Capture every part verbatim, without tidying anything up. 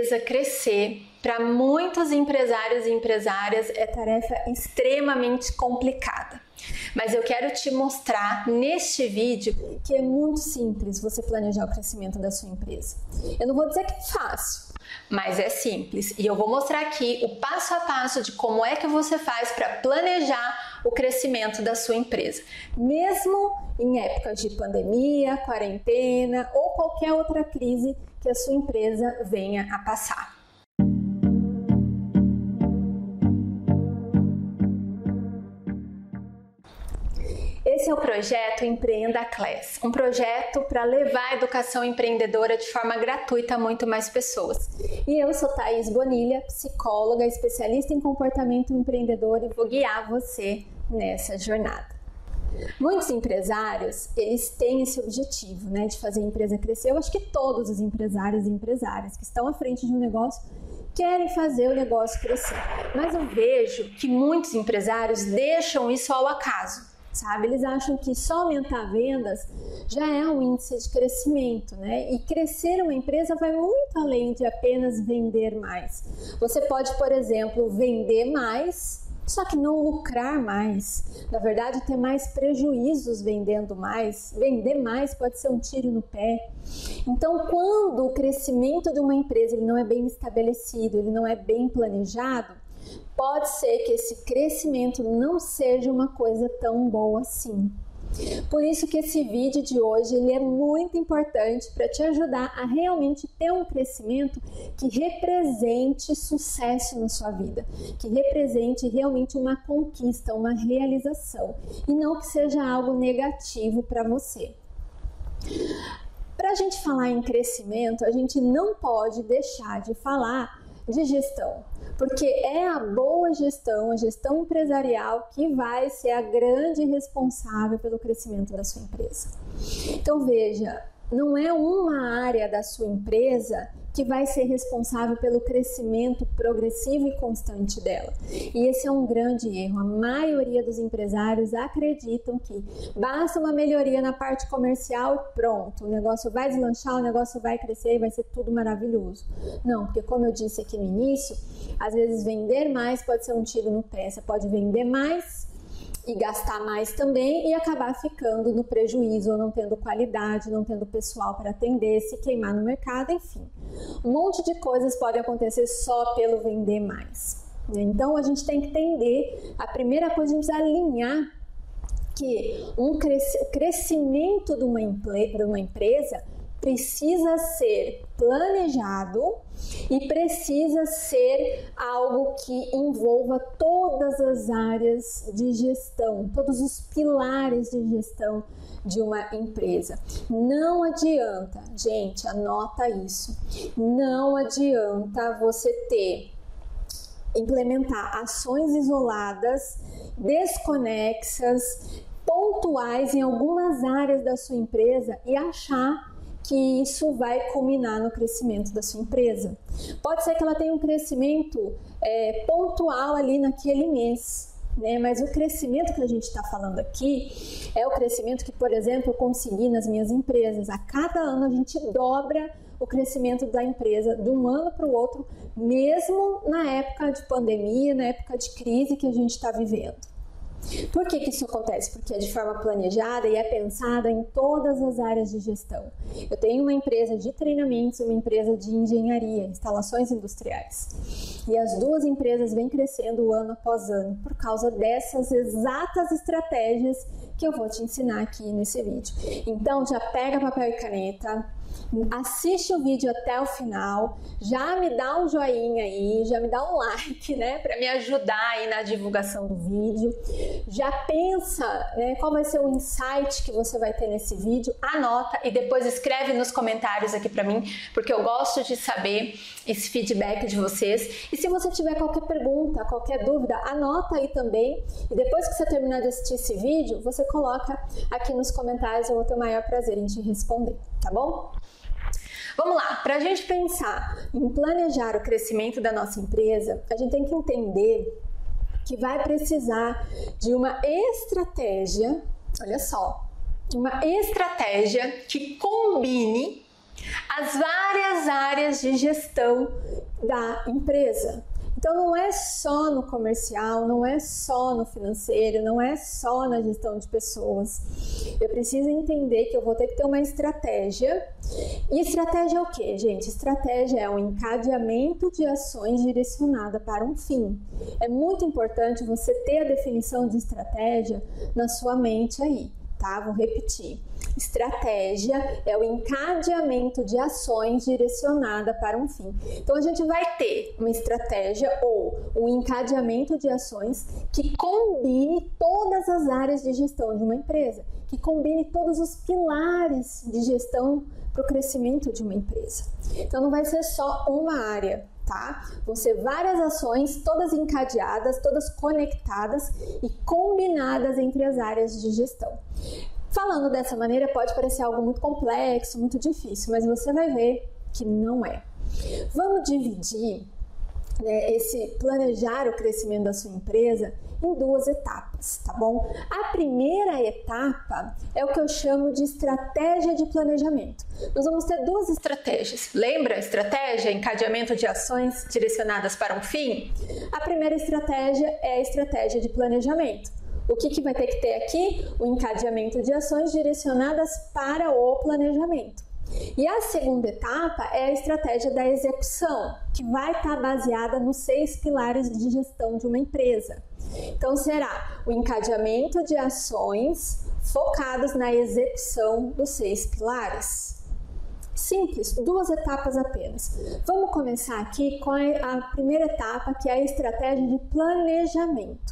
empresa crescer, para muitos empresários e empresárias, é tarefa extremamente complicada. Mas eu quero te mostrar neste vídeo que é muito simples você planejar o crescimento da sua empresa. Eu não vou dizer que é fácil, mas é simples. E eu vou mostrar aqui o passo a passo de como é que você faz para planejar o crescimento da sua empresa. Mesmo em épocas de pandemia, quarentena ou qualquer outra crise que a sua empresa venha a passar. Esse é o projeto Empreenda Class, um projeto para levar a educação empreendedora de forma gratuita a muito mais pessoas. E eu sou Thaís Bonilha, psicóloga, especialista em comportamento empreendedor e vou guiar você nessa jornada. Muitos empresários, eles têm esse objetivo, né, de fazer a empresa crescer. Eu acho que todos os empresários e empresárias que estão à frente de um negócio querem fazer o negócio crescer. Mas eu vejo que muitos empresários deixam isso ao acaso. Sabe? Eles acham que só aumentar vendas já é um índice de crescimento, né? E crescer uma empresa vai muito além de apenas vender mais. Você pode, por exemplo, vender mais, só que não lucrar mais. Na verdade, ter mais prejuízos vendendo mais. Vender mais pode ser um tiro no pé. Então, quando o crescimento de uma empresa ele não é bem estabelecido, ele não é bem planejado, pode ser que esse crescimento não seja uma coisa tão boa assim. Por isso que esse vídeo de hoje ele é muito importante para te ajudar a realmente ter um crescimento que represente sucesso na sua vida, que represente realmente uma conquista, uma realização, e não que seja algo negativo para você. Para a gente falar em crescimento, a gente não pode deixar de falar de gestão, porque é a boa gestão, a gestão empresarial que vai ser a grande responsável pelo crescimento da sua empresa. Então veja, não é uma área da sua empresa que vai ser responsável pelo crescimento progressivo e constante dela. E esse é um grande erro. A maioria dos empresários acreditam que basta uma melhoria na parte comercial e pronto, o negócio vai deslanchar, o negócio vai crescer e vai ser tudo maravilhoso. Não, porque como eu disse aqui no início, às vezes vender mais pode ser um tiro no pé. Você pode vender mais e gastar mais também e acabar ficando no prejuízo, ou não tendo qualidade, não tendo pessoal para atender, se queimar no mercado, enfim. Um monte de coisas podem acontecer só pelo vender mais. Então a gente tem que entender, a primeira coisa a gente precisa alinhar que um crescimento de uma, de uma empresa precisa ser planejado e precisa ser algo que envolva todas as áreas de gestão, todos os pilares de gestão de uma empresa. Não adianta, gente, anota isso, não adianta você ter, implementar ações isoladas, desconexas, pontuais em algumas áreas da sua empresa e achar que isso vai culminar no crescimento da sua empresa. Pode ser que ela tenha um crescimento é, pontual ali naquele mês, né? Mas o crescimento que a gente está falando aqui é o crescimento que, por exemplo, eu consegui nas minhas empresas. A cada ano a gente dobra o crescimento da empresa de um ano para o outro, mesmo na época de pandemia, na época de crise que a gente está vivendo. Por que que isso acontece? Porque é de forma planejada e é pensada em todas as áreas de gestão. Eu tenho uma empresa de treinamentos e uma empresa de engenharia, instalações industriais. E as duas empresas vêm crescendo ano após ano por causa dessas exatas estratégias que eu vou te ensinar aqui nesse vídeo. Então já pega papel e caneta, assiste o vídeo até o final, já me dá um joinha aí, já me dá um like, né, para me ajudar aí na divulgação do vídeo. Já pensa, né, qual vai ser o insight que você vai ter nesse vídeo, anota e depois escreve nos comentários aqui para mim, porque eu gosto de saber esse feedback de vocês. E se você tiver qualquer pergunta, qualquer dúvida, anota aí também. E depois que você terminar de assistir esse vídeo, você coloca aqui nos comentários, eu vou ter o maior prazer em te responder, tá bom? Vamos lá, para a gente pensar em planejar o crescimento da nossa empresa, a gente tem que entender que vai precisar de uma estratégia, olha só, uma estratégia que combine as várias áreas de gestão da empresa. Então não é só no comercial, não é só no financeiro, não é só na gestão de pessoas. Eu preciso entender que eu vou ter que ter uma estratégia. E estratégia é o quê, gente? Estratégia é um encadeamento de ações direcionada para um fim. É muito importante você ter a definição de estratégia na sua mente aí, tá? Vou repetir. Estratégia é o encadeamento de ações direcionada para um fim. Então a gente vai ter uma estratégia ou um encadeamento de ações que combine todas as áreas de gestão de uma empresa, que combine todos os pilares de gestão para o crescimento de uma empresa. Então não vai ser só uma área, tá? Vão ser várias ações, todas encadeadas, todas conectadas e combinadas entre as áreas de gestão. Falando dessa maneira pode parecer algo muito complexo, muito difícil, mas você vai ver que não é. Vamos dividir, né, esse planejar o crescimento da sua empresa em duas etapas, tá bom? A primeira etapa é o que eu chamo de estratégia de planejamento. Nós vamos ter duas estratégias. Lembra? Estratégia, encadeamento de ações direcionadas para um fim? A primeira estratégia é a estratégia de planejamento. O que, que vai ter que ter aqui? O encadeamento de ações direcionadas para o planejamento. E a segunda etapa é a estratégia da execução, que vai estar baseada nos seis pilares de gestão de uma empresa. Então será o encadeamento de ações focadas na execução dos seis pilares. Simples, duas etapas apenas. Vamos começar aqui com a primeira etapa, que é a estratégia de planejamento.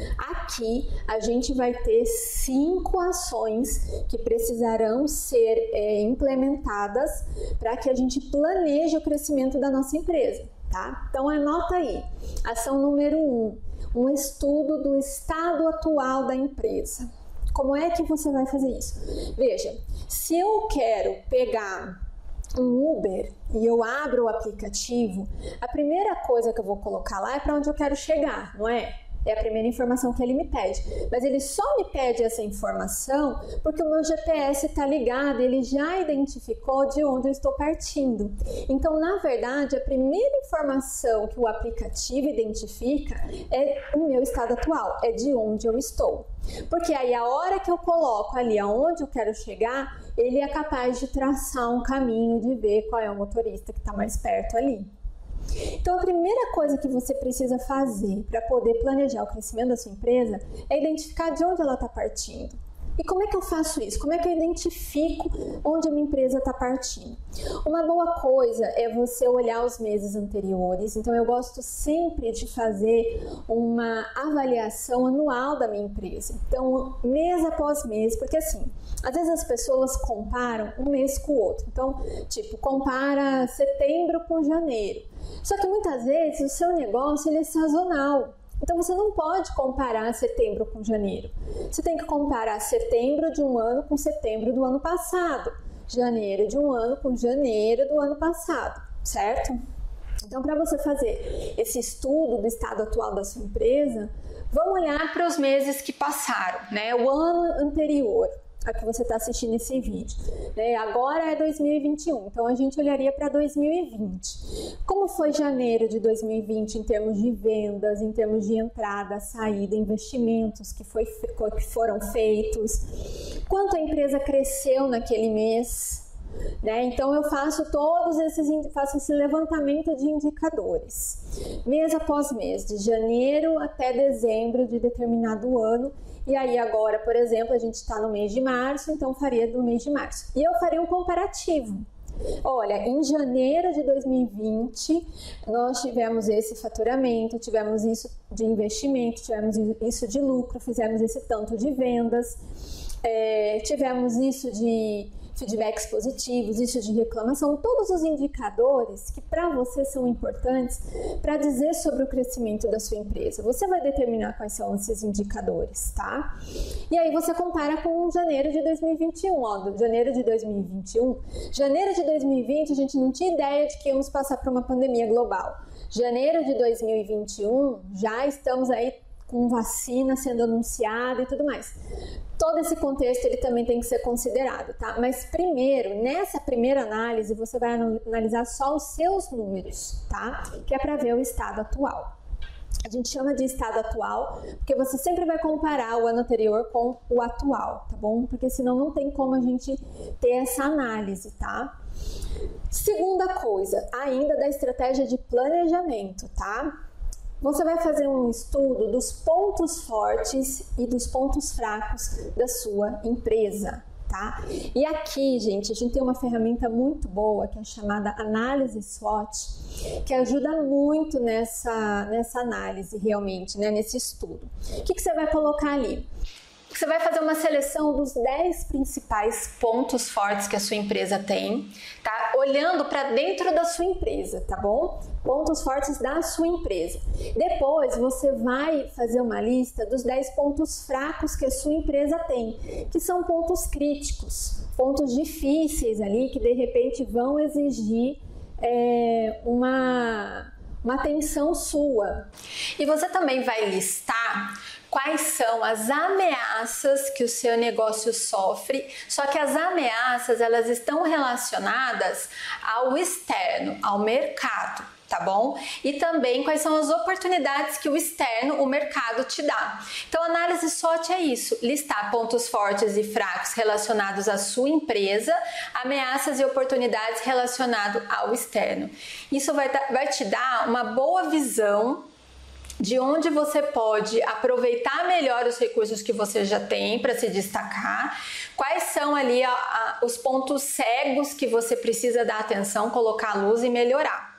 Aqui a gente vai ter cinco ações que precisarão ser é, implementadas para que a gente planeje o crescimento da nossa empresa, tá? Então anota aí. Ação número um, um estudo do estado atual da empresa. Como é que você vai fazer isso? Veja, se eu quero pegar um Uber e eu abro o aplicativo, a primeira coisa que eu vou colocar lá é para onde eu quero chegar, não é? É a primeira informação que ele me pede. Mas ele só me pede essa informação porque o meu G P S está ligado, ele já identificou de onde eu estou partindo. Então, na verdade, a primeira informação que o aplicativo identifica é o meu estado atual, é de onde eu estou. Porque aí, a hora que eu coloco ali aonde eu quero chegar, ele é capaz de traçar um caminho, de ver qual é o motorista que está mais perto ali. Então, a primeira coisa que você precisa fazer para poder planejar o crescimento da sua empresa é identificar de onde ela está partindo. E como é que eu faço isso? Como é que eu identifico onde a minha empresa está partindo? Uma boa coisa é você olhar os meses anteriores. Então, eu gosto sempre de fazer uma avaliação anual da minha empresa. Então, mês após mês, porque assim, às vezes as pessoas comparam um mês com o outro. Então, tipo, compara setembro com janeiro. Só que muitas vezes o seu negócio ele é sazonal. Então você não pode comparar setembro com janeiro. Você tem que comparar setembro de um ano com setembro do ano passado, janeiro de um ano com janeiro do ano passado, certo? Então, para você fazer esse estudo do estado atual da sua empresa, vamos olhar para os meses que passaram, né? O ano anterior a que você está assistindo esse vídeo, né? Agora é dois mil e vinte e um, então a gente olharia para dois mil e vinte. Como foi janeiro de dois mil e vinte em termos de vendas, em termos de entrada, saída, investimentos que, foi, que foram feitos, quanto a empresa cresceu naquele mês, né? Então eu faço todos esses, faço esse levantamento de indicadores, mês após mês, de janeiro até dezembro de determinado ano. E aí agora, por exemplo, a gente está no mês de março, então faria do mês de março. E eu faria um comparativo. Olha, em janeiro de dois mil e vinte, nós tivemos esse faturamento, tivemos isso de investimento, tivemos isso de lucro, fizemos esse tanto de vendas, é, tivemos isso de feedbacks positivos, isso de reclamação, todos os indicadores que para você são importantes para dizer sobre o crescimento da sua empresa. Você vai determinar quais são esses indicadores, tá? E aí você compara com janeiro de dois mil e vinte e um, ó, do janeiro de dois mil e vinte e um. Janeiro de dois mil e vinte a gente não tinha ideia de que íamos passar por uma pandemia global. Janeiro de dois mil e vinte e um já estamos aí com vacina sendo anunciada e tudo mais. Todo esse contexto ele também tem que ser considerado, tá? Mas primeiro, nessa primeira análise, você vai analisar só os seus números, tá? Que é para ver o estado atual. A gente chama de estado atual porque você sempre vai comparar o ano anterior com o atual, tá bom? Porque senão não tem como a gente ter essa análise, tá? Segunda coisa, ainda da estratégia de planejamento, tá? Você vai fazer um estudo dos pontos fortes e dos pontos fracos da sua empresa, tá? E aqui, gente, a gente tem uma ferramenta muito boa que é chamada análise SWOT, que ajuda muito nessa, nessa análise realmente, né, nesse estudo. O que, que você vai colocar ali? Você vai fazer uma seleção dos dez principais pontos fortes que a sua empresa tem, tá? Olhando para dentro da sua empresa, tá bom? Pontos fortes da sua empresa. Depois você vai fazer uma lista dos dez pontos fracos que a sua empresa tem, que são pontos críticos, pontos difíceis ali que de repente vão exigir é, uma, uma atenção sua. E você também vai listar quais são as ameaças que o seu negócio sofre, só que as ameaças elas estão relacionadas ao externo, ao mercado, tá bom? E também quais são as oportunidades que o externo, o mercado te dá. Então, a análise SWOT é isso, listar pontos fortes e fracos relacionados à sua empresa, ameaças e oportunidades relacionadas ao externo. Isso vai, vai te dar uma boa visão de onde você pode aproveitar melhor os recursos que você já tem para se destacar, quais são ali a, a, os pontos cegos que você precisa dar atenção, colocar a luz e melhorar.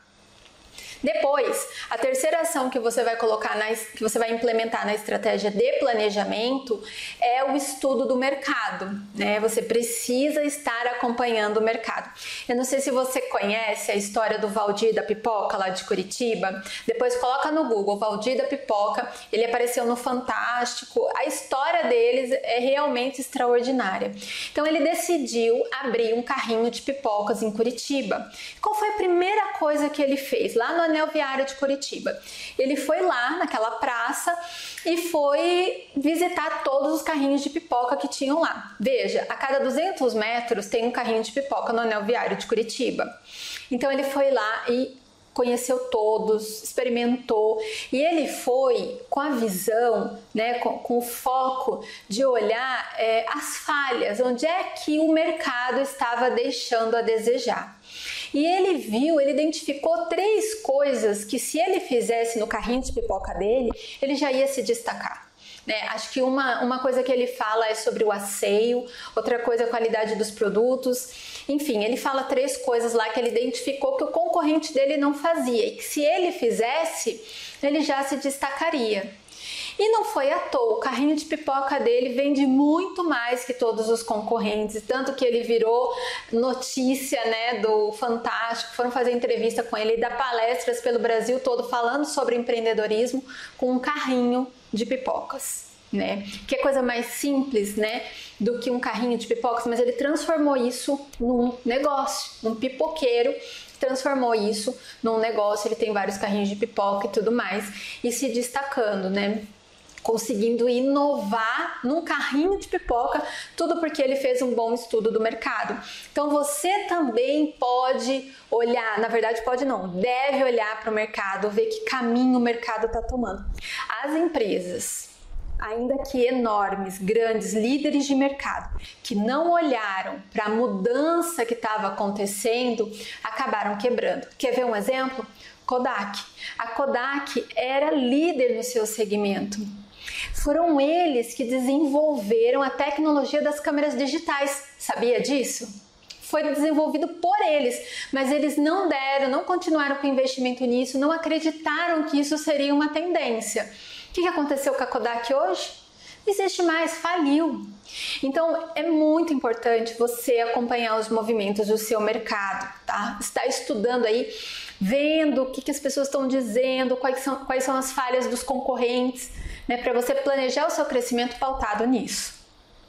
Depois, a terceira ação que você vai colocar, na, que você vai implementar na estratégia de planejamento é o estudo do mercado, né? Você precisa estar acompanhando o mercado. Eu não sei se você conhece a história do Valdir da Pipoca lá de Curitiba. Depois coloca no Google, Valdir da Pipoca, ele apareceu no Fantástico. A história deles é realmente extraordinária. Então ele decidiu abrir um carrinho de pipocas em Curitiba. Qual foi a primeira coisa que ele fez lá no Anel Viário de Curitiba? Ele foi lá naquela praça e foi visitar todos os carrinhos de pipoca que tinham lá. Veja, a cada duzentos metros tem um carrinho de pipoca no Anel Viário de Curitiba. Então ele foi lá e conheceu todos, experimentou, e ele foi com a visão, né, com, com o foco de olhar é, as falhas, onde é que o mercado estava deixando a desejar. E ele viu, ele identificou três coisas que se ele fizesse no carrinho de pipoca dele, ele já ia se destacar. Né? Acho que uma, uma coisa que ele fala é sobre o asseio, outra coisa é a qualidade dos produtos. Enfim, ele fala três coisas lá que ele identificou que o concorrente dele não fazia e que se ele fizesse, ele já se destacaria. E não foi à toa, o carrinho de pipoca dele vende muito mais que todos os concorrentes, tanto que ele virou notícia, né, do Fantástico, foram fazer entrevista com ele, dá palestras pelo Brasil todo falando sobre empreendedorismo com um carrinho de pipocas, né? Que é coisa mais simples, né, do que um carrinho de pipocas, mas ele transformou isso num negócio, um pipoqueiro transformou isso num negócio, ele tem vários carrinhos de pipoca e tudo mais, e se destacando, né? Conseguindo inovar num carrinho de pipoca, tudo porque ele fez um bom estudo do mercado. Então você também pode olhar, na verdade pode não, deve olhar para o mercado, ver que caminho o mercado está tomando. As empresas, ainda que enormes, grandes, líderes de mercado, que não olharam para a mudança que estava acontecendo, acabaram quebrando. Quer ver um exemplo? Kodak. A Kodak era líder no seu segmento. Foram eles que desenvolveram a tecnologia das câmeras digitais. Sabia disso? Foi desenvolvido por eles, mas eles não deram, não continuaram com investimento nisso, não acreditaram que isso seria uma tendência. O que aconteceu com a Kodak hoje? Não existe mais, faliu. Então é muito importante você acompanhar os movimentos do seu mercado, tá? Está estudando aí, vendo o que, que as pessoas estão dizendo, quais são, quais são as falhas dos concorrentes, né, para você planejar o seu crescimento pautado nisso.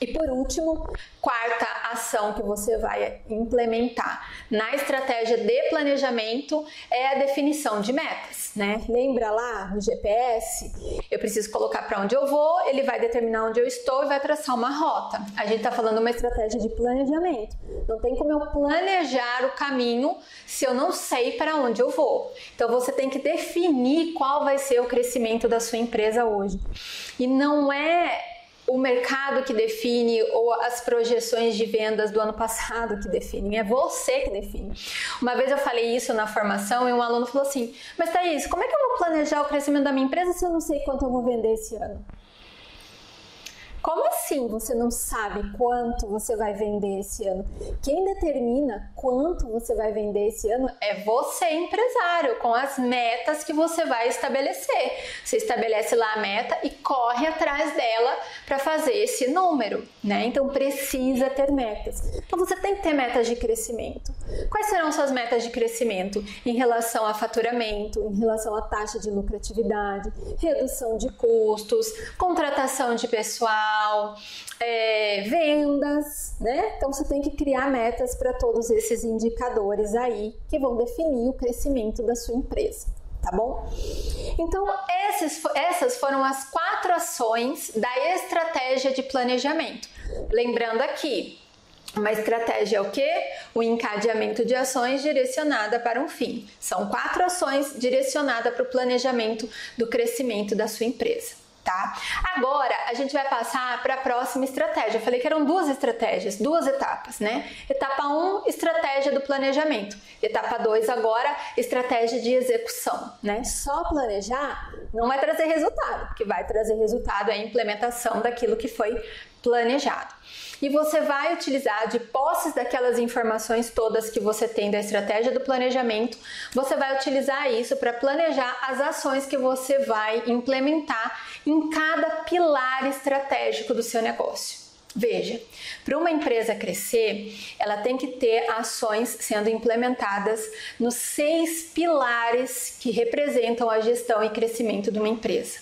E por último, quarta ação que você vai implementar na estratégia de planejamento é a definição de metas, né? Lembra lá no G P S? Eu preciso colocar para onde eu vou, ele vai determinar onde eu estou e vai traçar uma rota. A gente está falando uma estratégia de planejamento. Não tem como eu planejar o caminho se eu não sei para onde eu vou. Então você tem que definir qual vai ser o crescimento da sua empresa hoje. E não é o mercado que define ou as projeções de vendas do ano passado que definem, é você que define. Uma vez eu falei isso na formação e um aluno falou assim: mas Thaís, como é que eu vou planejar o crescimento da minha empresa se eu não sei quanto eu vou vender esse ano? Como assim você não sabe quanto você vai vender esse ano? Quem determina quanto você vai vender esse ano é você, empresário, com as metas que você vai estabelecer. Você estabelece lá a meta e corre atrás dela para fazer esse número, né? Então precisa ter metas. Então você tem que ter metas de crescimento. Quais serão suas metas de crescimento? Em relação a faturamento, em relação à taxa de lucratividade, redução de custos, contratação de pessoal, É, vendas, né? Então você tem que criar metas para todos esses indicadores aí que vão definir o crescimento da sua empresa, tá bom? Então esses, essas foram as quatro ações da estratégia de planejamento. Lembrando aqui, uma estratégia é o quê? O encadeamento de ações direcionada para um fim. São quatro ações direcionadas para o planejamento do crescimento da sua empresa. Tá? Agora a gente vai passar para a próxima estratégia. Eu falei que eram duas estratégias, duas etapas, né? Etapa um, estratégia do planejamento. Etapa dois, agora, estratégia de execução, né? Só planejar não vai trazer resultado. O que vai trazer resultado é a implementação daquilo que foi planejado. E você vai utilizar, de posses daquelas informações todas que você tem da estratégia do planejamento, você vai utilizar isso para planejar as ações que você vai implementar em cada pilar estratégico do seu negócio. Veja, para uma empresa crescer, ela tem que ter ações sendo implementadas nos seis pilares que representam a gestão e crescimento de uma empresa.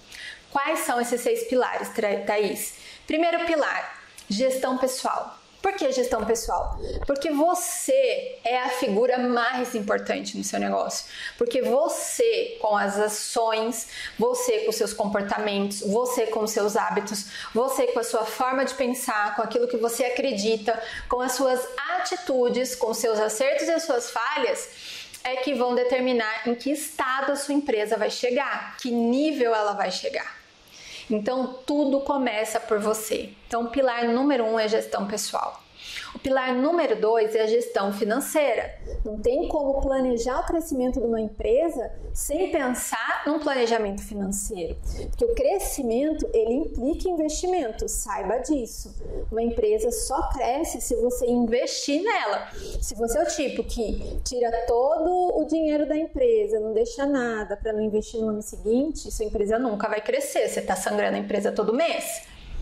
Quais são esses seis pilares, Thaís? Primeiro pilar, gestão pessoal. Por que gestão pessoal? Porque você é a figura mais importante no seu negócio. Porque você, com as ações, você com seus comportamentos, você com seus hábitos, você com a sua forma de pensar, com aquilo que você acredita, com as suas atitudes, com seus acertos e as suas falhas, é que vão determinar em que estado a sua empresa vai chegar, que nível ela vai chegar. Então, tudo começa por você. Então, o pilar número um é gestão pessoal. O pilar número dois é a gestão financeira. Não tem como planejar o crescimento de uma empresa sem pensar num planejamento financeiro. Porque o crescimento, ele implica investimento, saiba disso. Uma empresa só cresce se você investir nela. Se você é o tipo que tira todo o dinheiro da empresa, não deixa nada para não investir no ano seguinte, sua empresa nunca vai crescer. Você está sangrando a empresa todo mês.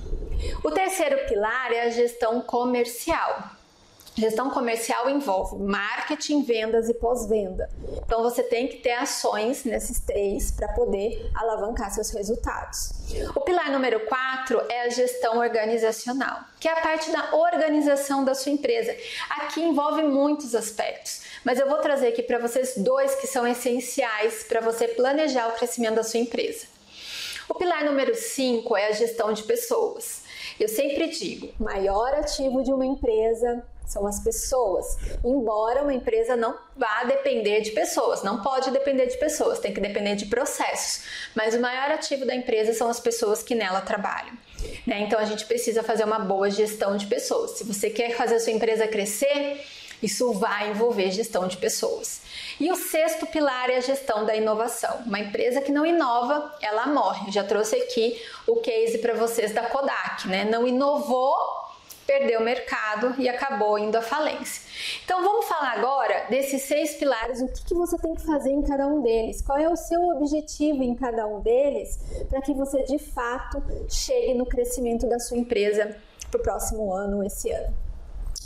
O terceiro pilar é a gestão comercial. Gestão comercial envolve marketing, vendas e pós-venda. Então você tem que ter ações nesses três para poder alavancar seus resultados. O pilar número quatro é a gestão organizacional, que é a parte da organização da sua empresa. Aqui envolve muitos aspectos, mas eu vou trazer aqui para vocês dois que são essenciais para você planejar o crescimento da sua empresa. O pilar número cinco é a gestão de pessoas. Eu sempre digo, o maior ativo de uma empresa são as pessoas, embora uma empresa não vá depender de pessoas, não pode depender de pessoas, tem que depender de processos, mas o maior ativo da empresa são as pessoas que nela trabalham, né? Então a gente precisa fazer uma boa gestão de pessoas. Se você quer fazer a sua empresa crescer, isso vai envolver gestão de pessoas. E o sexto pilar é a gestão da inovação. Uma empresa que não inova, ela morre. Eu já trouxe aqui o case para vocês da Kodak, né? Não inovou, perdeu o mercado e acabou indo à falência. Então vamos falar agora desses seis pilares, o que, que você tem que fazer em cada um deles, qual é o seu objetivo em cada um deles, para que você de fato chegue no crescimento da sua empresa para o próximo ano, esse ano.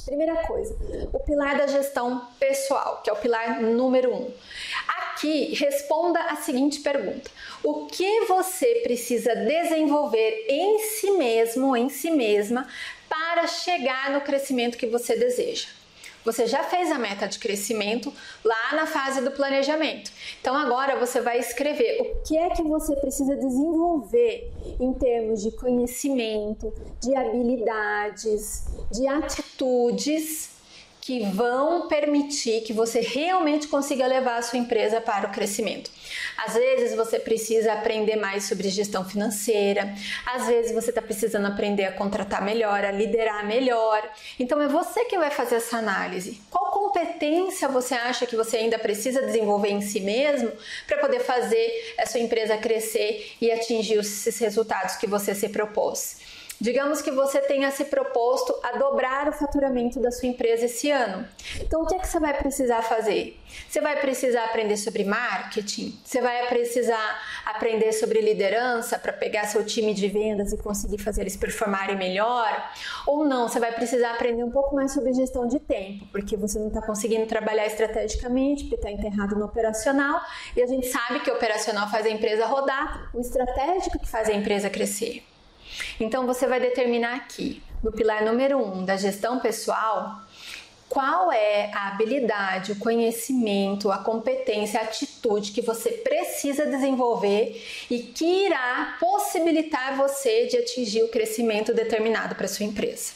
Primeira coisa, o pilar da gestão pessoal, que é o pilar número um. Aqui, responda a seguinte pergunta: o que você precisa desenvolver em si mesmo, em si mesma, para chegar no crescimento que você deseja? Você já fez a meta de crescimento lá na fase do planejamento. Então agora você vai escrever o que é que você precisa desenvolver em termos de conhecimento, de habilidades, de atitudes que vão permitir que você realmente consiga levar a sua empresa para o crescimento. Às vezes você precisa aprender mais sobre gestão financeira, às vezes você está precisando aprender a contratar melhor, a liderar melhor. Então é você que vai fazer essa análise. Qual competência você acha que você ainda precisa desenvolver em si mesmo para poder fazer a sua empresa crescer e atingir esses resultados que você se propôs? Digamos que você tenha se proposto a dobrar o faturamento da sua empresa esse ano. Então, o que é que você vai precisar fazer? Você vai precisar aprender sobre marketing? Você vai precisar aprender sobre liderança para pegar seu time de vendas e conseguir fazer eles performarem melhor? Ou não, você vai precisar aprender um pouco mais sobre gestão de tempo, porque você não está conseguindo trabalhar estrategicamente, porque está enterrado no operacional, e a gente sabe que o operacional faz a empresa rodar, o estratégico que faz a empresa crescer. Então você vai determinar aqui, no pilar número um da gestão pessoal, qual é a habilidade, o conhecimento, a competência, a atitude que você precisa desenvolver e que irá possibilitar você de atingir o crescimento determinado para sua empresa.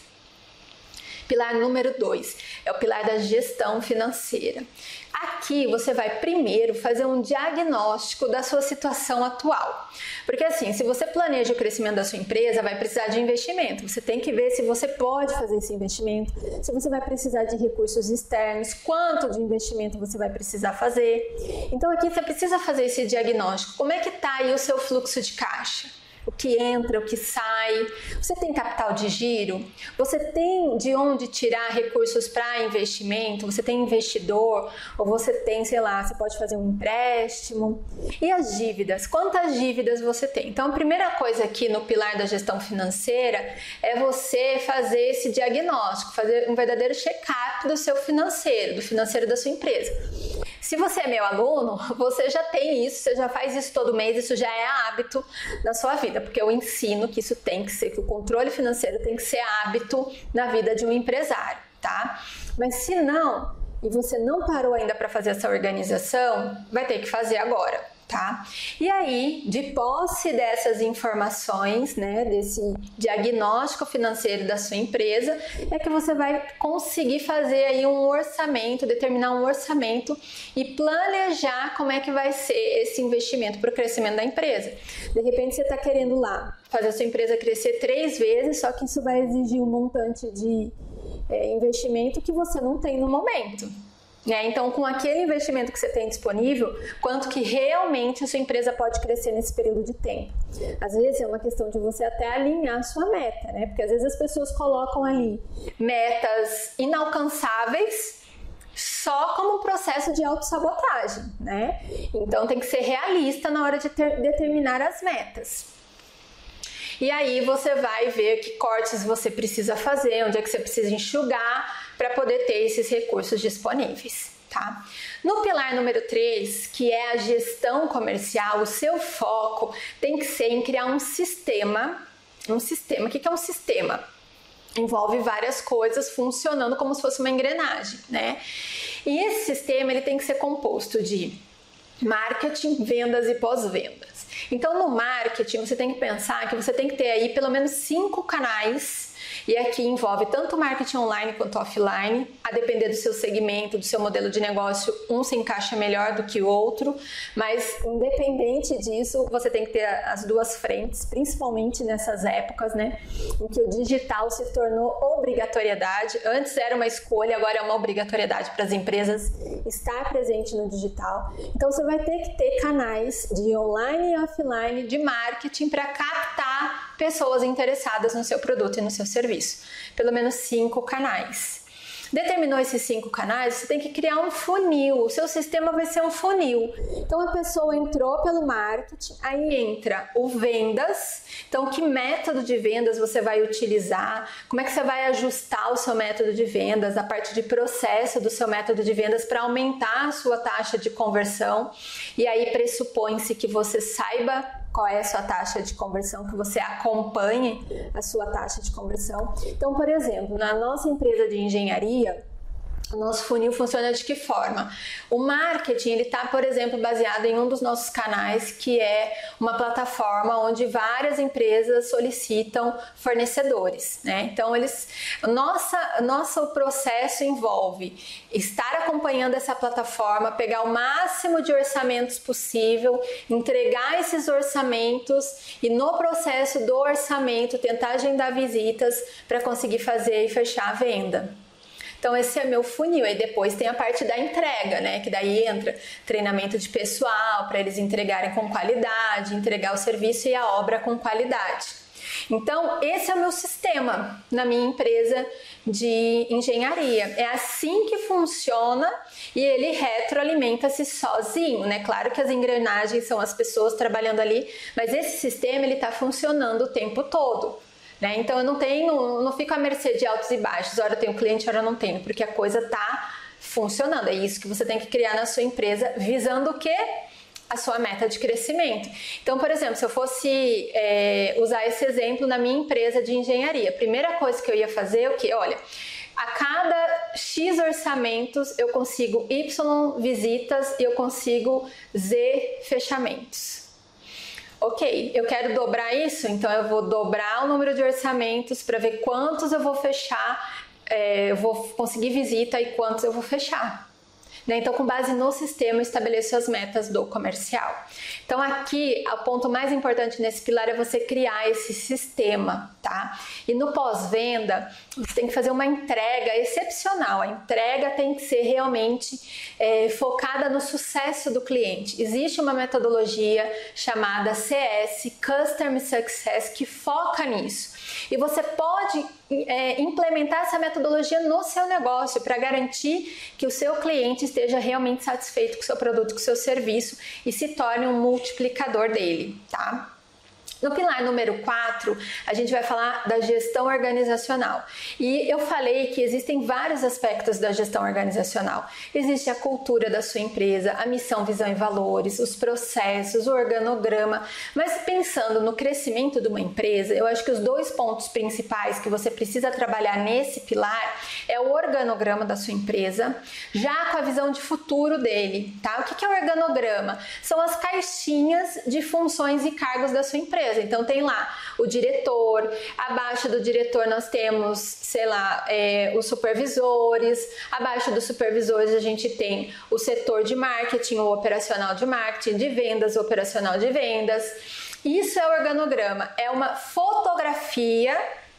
Pilar número dois é o pilar da gestão financeira. Aqui você vai primeiro fazer um diagnóstico da sua situação atual. Porque assim, se você planeja o crescimento da sua empresa, vai precisar de investimento. Você tem que ver se você pode fazer esse investimento, se você vai precisar de recursos externos, quanto de investimento você vai precisar fazer. Então aqui você precisa fazer esse diagnóstico. Como é que está aí o seu fluxo de caixa? O que entra, o que sai, você tem capital de giro, você tem de onde tirar recursos para investimento, você tem investidor, ou você tem, sei lá, você pode fazer um empréstimo. E as dívidas, quantas dívidas você tem? Então a primeira coisa aqui no pilar da gestão financeira é você fazer esse diagnóstico, fazer um verdadeiro check-up do seu financeiro, do financeiro da sua empresa. Se você é meu aluno, você já tem isso, você já faz isso todo mês, isso já é hábito da sua vida, porque eu ensino que isso tem que ser, que o controle financeiro tem que ser hábito na vida de um empresário, tá? Mas se não, e você não parou ainda para fazer essa organização, vai ter que fazer agora, tá? E aí, de posse dessas informações, né, desse diagnóstico financeiro da sua empresa, é que você vai conseguir fazer aí um orçamento, determinar um orçamento e planejar como é que vai ser esse investimento para o crescimento da empresa. De repente você está querendo lá fazer a sua empresa crescer três vezes, só que isso vai exigir um montante de é, investimento que você não tem no momento. Né? Então, com aquele investimento que você tem disponível, quanto que realmente a sua empresa pode crescer nesse período de tempo? Às vezes é uma questão de você até alinhar a sua meta, né? Porque às vezes as pessoas colocam ali metas inalcançáveis só como um processo de autossabotagem, né? Então tem que ser realista na hora de ter, determinar as metas. E aí você vai ver que cortes você precisa fazer, onde é que você precisa enxugar para poder ter esses recursos disponíveis, tá? No pilar número três, que é a gestão comercial, o seu foco tem que ser em criar um sistema, um sistema, o que é um sistema? Envolve várias coisas funcionando como se fosse uma engrenagem, né? E esse sistema ele tem que ser composto de marketing, vendas e pós-vendas. Então, no marketing, você tem que pensar que você tem que ter aí pelo menos cinco canais, e aqui envolve tanto marketing online quanto offline, a depender do seu segmento, do seu modelo de negócio, um se encaixa melhor do que o outro, mas independente disso, você tem que ter as duas frentes, principalmente nessas épocas, né, em que o digital se tornou obrigatoriedade. Antes era uma escolha, agora é uma obrigatoriedade para as empresas estar presente no digital. Então você vai ter que ter canais de online e offline de marketing para captar pessoas interessadas no seu produto e no seu serviço. Pelo menos cinco canais. Determinou esses cinco canais, você tem que criar um funil. O seu sistema vai ser um funil. Então a pessoa entrou pelo marketing, aí entra o vendas. Então que método de vendas você vai utilizar? Como é que você vai ajustar o seu método de vendas, a parte de processo do seu método de vendas para aumentar a sua taxa de conversão? E aí pressupõe-se que você saiba qual é a sua taxa de conversão, que você acompanhe a sua taxa de conversão. Então, por exemplo, na nossa empresa de engenharia, o nosso funil funciona de que forma? O marketing, ele está, por exemplo, baseado em um dos nossos canais, que é uma plataforma onde várias empresas solicitam fornecedores, né? Então, eles, nossa, nosso processo envolve estar acompanhando essa plataforma, pegar o máximo de orçamentos possível, entregar esses orçamentos e no processo do orçamento tentar agendar visitas para conseguir fazer e fechar a venda. Então esse é meu funil, aí depois tem a parte da entrega, né, que daí entra treinamento de pessoal para eles entregarem com qualidade, entregar o serviço e a obra com qualidade. Então esse é o meu sistema na minha empresa de engenharia, é assim que funciona e ele retroalimenta-se sozinho, né? Claro que as engrenagens são as pessoas trabalhando ali, mas esse sistema ele está funcionando o tempo todo. Né? Então eu não tenho, não fico à mercê de altos e baixos, hora eu tenho cliente, hora eu não tenho, porque a coisa está funcionando. É isso que você tem que criar na sua empresa, visando o quê? A sua meta de crescimento. Então, por exemplo, se eu fosse é, usar esse exemplo na minha empresa de engenharia, a primeira coisa que eu ia fazer é o quê? Olha, a cada X orçamentos eu consigo Y visitas e eu consigo Z fechamentos. Ok, eu quero dobrar isso, então eu vou dobrar o número de orçamentos para ver quantos eu vou fechar, é, eu vou conseguir visita e quantos eu vou fechar. Né? Então, com base no sistema, eu estabeleço as metas do comercial. Então, aqui, o ponto mais importante nesse pilar é você criar esse sistema, tá? E no pós-venda, você tem que fazer uma entrega excepcional. A entrega tem que ser realmente é, focada no sucesso do cliente. Existe uma metodologia chamada C S, Customer Success, que foca nisso. E você pode é, implementar essa metodologia no seu negócio para garantir que o seu cliente esteja realmente satisfeito com o seu produto, com o seu serviço e se torne um multiplicador dele, tá? No pilar número quatro, a gente vai falar da gestão organizacional. E eu falei que existem vários aspectos da gestão organizacional. Existe a cultura da sua empresa, a missão, visão e valores, os processos, o organograma. Mas pensando no crescimento de uma empresa, eu acho que os dois pontos principais que você precisa trabalhar nesse pilar é o organograma da sua empresa, já com a visão de futuro dele, tá? O que é o organograma? São as caixinhas de funções e cargos da sua empresa. Então tem lá o diretor, abaixo do diretor nós temos, sei lá, é, os supervisores, abaixo dos supervisores a gente tem o setor de marketing, o operacional de marketing, de vendas, o operacional de vendas. Isso é o organograma, é uma fotografia,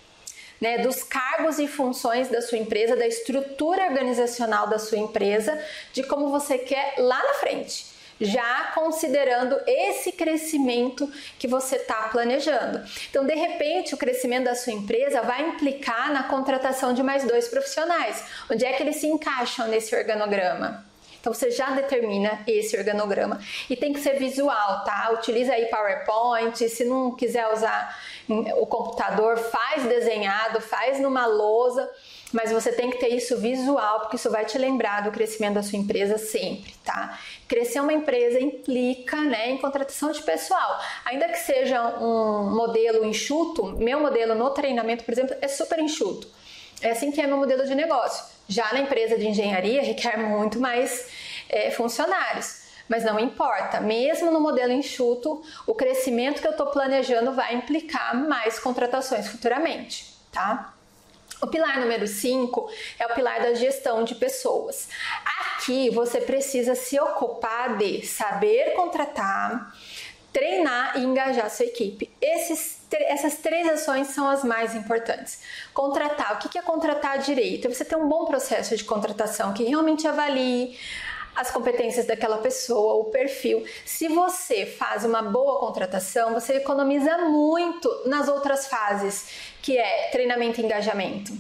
né, dos cargos e funções da sua empresa, da estrutura organizacional da sua empresa, de como você quer lá na frente, já considerando esse crescimento que você está planejando. Então, de repente, o crescimento da sua empresa vai implicar na contratação de mais dois profissionais. Onde é que eles se encaixam nesse organograma? Então, você já determina esse organograma e tem que ser visual, tá? Utiliza aí PowerPoint, se não quiser usar o computador, faz desenhado, faz numa lousa, mas você tem que ter isso visual, porque isso vai te lembrar do crescimento da sua empresa sempre, tá? Crescer uma empresa implica, né, em contratação de pessoal. Ainda que seja um modelo enxuto, meu modelo no treinamento, por exemplo, é super enxuto. É assim que é meu modelo de negócio. Já na empresa de engenharia, requer muito mais é, funcionários. Mas não importa, mesmo no modelo enxuto, o crescimento que eu estou planejando vai implicar mais contratações futuramente, tá? O pilar número cinco é o pilar da gestão de pessoas. Aqui você precisa se ocupar de saber contratar, treinar e engajar sua equipe. Esses, essas três ações são as mais importantes. Contratar, o que é contratar direito? Você tem um bom processo de contratação que realmente avalie as competências daquela pessoa, o perfil. Se você faz uma boa contratação, você economiza muito nas outras fases, que é treinamento e engajamento.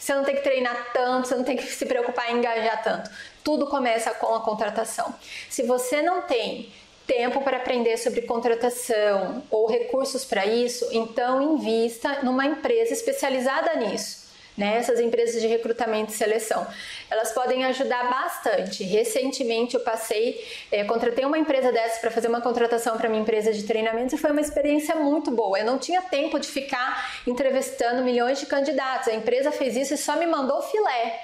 Você não tem que treinar tanto, você não tem que se preocupar em engajar tanto. Tudo começa com a contratação. Se você não tem tempo para aprender sobre contratação ou recursos para isso, então invista numa empresa especializada nisso. Né? Essas empresas de recrutamento e seleção, elas podem ajudar bastante. Recentemente eu passei, é, contratei uma empresa dessas para fazer uma contratação para minha empresa de treinamentos e foi uma experiência muito boa. Eu não tinha tempo de ficar entrevistando milhões de candidatos, a empresa fez isso e só me mandou filé.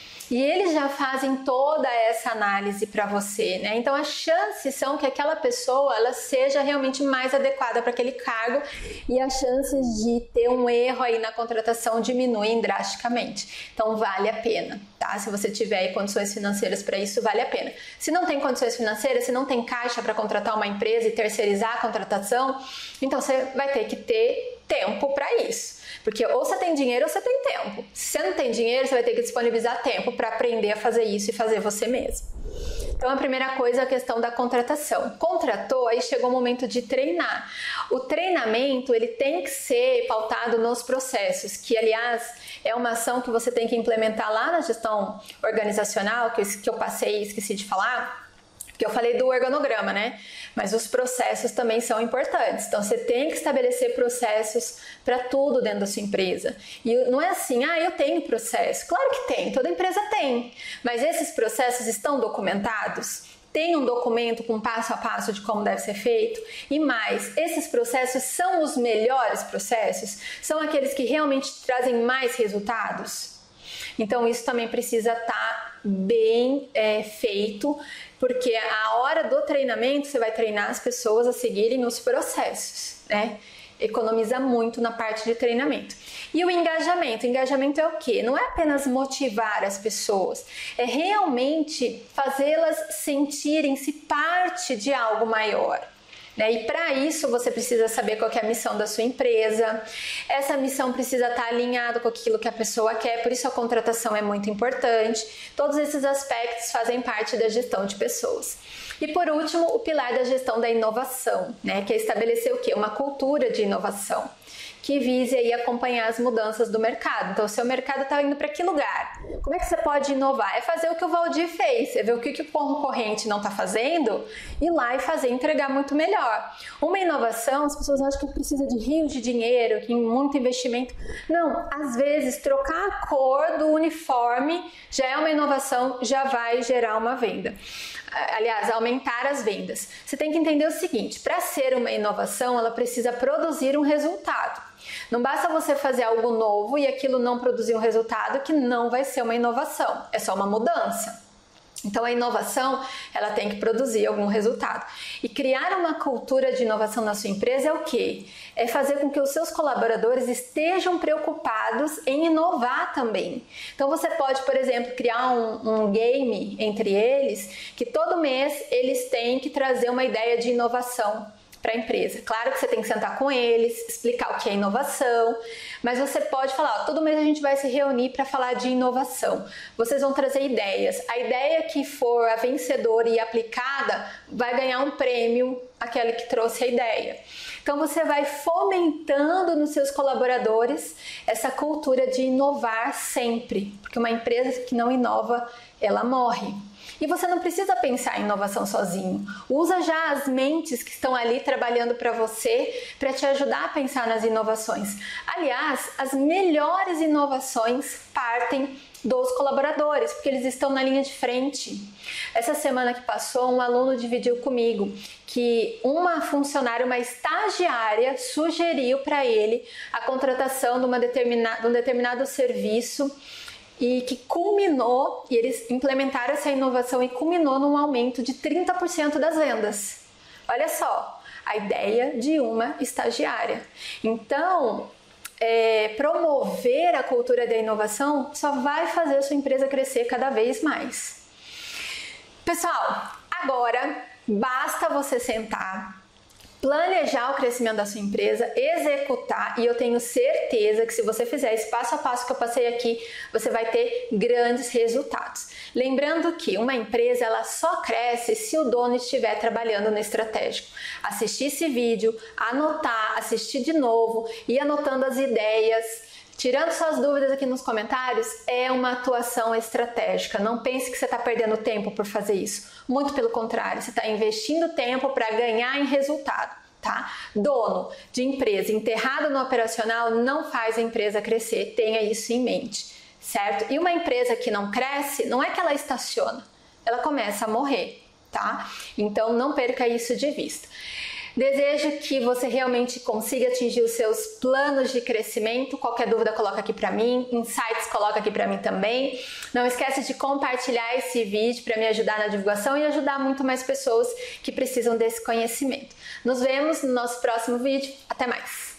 E eles já fazem toda essa análise para você, né? Então as chances são que aquela pessoa ela seja realmente mais adequada para aquele cargo e as chances de ter um erro aí na contratação diminuem drasticamente. Então vale a pena, tá? Se você tiver aí condições financeiras para isso, vale a pena. Se não tem condições financeiras, se não tem caixa para contratar uma empresa e terceirizar a contratação, então você vai ter que ter tempo para isso. Porque ou você tem dinheiro ou você tem tempo. Se você não tem dinheiro, você vai ter que disponibilizar tempo para aprender a fazer isso e fazer você mesmo. Então a primeira coisa é a questão da contratação. Contratou, aí chegou o momento de treinar. O treinamento ele tem que ser pautado nos processos, que aliás é uma ação que você tem que implementar lá na gestão organizacional, que eu, que eu passei e esqueci de falar. Que eu falei do organograma, né? Mas os processos também são importantes. Então, você tem que estabelecer processos para tudo dentro da sua empresa. E não é assim, ah, eu tenho processo. Claro que tem, toda empresa tem. Mas esses processos estão documentados? Tem um documento com passo a passo de como deve ser feito? E mais, esses processos são os melhores processos? São aqueles que realmente trazem mais resultados? Então, isso também precisa estar bem é, feito, porque a hora do treinamento você vai treinar as pessoas a seguirem os processos, né? Economiza muito na parte de treinamento. E o engajamento? O engajamento é o quê? Não é apenas motivar as pessoas, é realmente fazê-las sentirem-se parte de algo maior. E para isso você precisa saber qual que é a missão da sua empresa. Essa missão precisa estar alinhada com aquilo que a pessoa quer, por isso a contratação é muito importante. Todos esses aspectos fazem parte da gestão de pessoas. E por último, o pilar da gestão da inovação, né? Que é estabelecer o quê? Uma cultura de inovação que vise aí acompanhar as mudanças do mercado. Então, o seu mercado está indo para que lugar? Como é que você pode inovar? É fazer o que o Valdir fez, é ver o que, que o concorrente não está fazendo, ir lá e fazer, entregar muito melhor. Uma inovação, as pessoas acham que precisa de rios de dinheiro, que muito investimento. Não, às vezes trocar a cor do uniforme já é uma inovação, já vai gerar uma venda. Aliás, aumentar as vendas. Você tem que entender o seguinte, para ser uma inovação, ela precisa produzir um resultado. Não basta você fazer algo novo e aquilo não produzir um resultado que não vai ser uma inovação, é só uma mudança. Então a inovação, ela tem que produzir algum resultado. E criar uma cultura de inovação na sua empresa é o quê? É fazer com que os seus colaboradores estejam preocupados em inovar também. Então você pode, por exemplo, criar um, um game entre eles, que todo mês eles têm que trazer uma ideia de inovação para a empresa. Claro que você tem que sentar com eles, explicar o que é inovação, mas você pode falar, ó, todo mês a gente vai se reunir para falar de inovação. Vocês vão trazer ideias. A ideia que for a vencedora e aplicada vai ganhar um prêmio, aquele que trouxe a ideia. Então você vai fomentando nos seus colaboradores essa cultura de inovar sempre, porque uma empresa que não inova, ela morre. E você não precisa pensar em inovação sozinho. Usa já as mentes que estão ali trabalhando para você para te ajudar a pensar nas inovações. Aliás, as melhores inovações partem dos colaboradores, porque eles estão na linha de frente. Essa semana que passou, um aluno dividiu comigo que uma funcionária, uma estagiária, sugeriu para ele a contratação de, uma determina, de um determinado serviço e que culminou, e eles implementaram essa inovação e culminou num aumento de trinta por cento das vendas. Olha só, a ideia de uma estagiária. Então, é, promover a cultura da inovação só vai fazer a sua empresa crescer cada vez mais. Pessoal, agora basta você sentar, planejar o crescimento da sua empresa, executar, e eu tenho certeza que se você fizer esse passo a passo que eu passei aqui, você vai ter grandes resultados. Lembrando que uma empresa ela só cresce se o dono estiver trabalhando no estratégico. Assistir esse vídeo, anotar, assistir de novo, ir anotando as ideias, tirando suas dúvidas aqui nos comentários, é uma atuação estratégica. Não pense que você está perdendo tempo por fazer isso. Muito pelo contrário, você está investindo tempo para ganhar em resultado, tá? Dono de empresa enterrado no operacional não faz a empresa crescer, tenha isso em mente, certo? E uma empresa que não cresce, não é que ela estaciona, ela começa a morrer, tá? Então não perca isso de vista. Desejo que você realmente consiga atingir os seus planos de crescimento. Qualquer dúvida coloca aqui para mim, insights coloca aqui para mim também. Não esquece de compartilhar esse vídeo para me ajudar na divulgação e ajudar muito mais pessoas que precisam desse conhecimento. Nos vemos no nosso próximo vídeo. Até mais!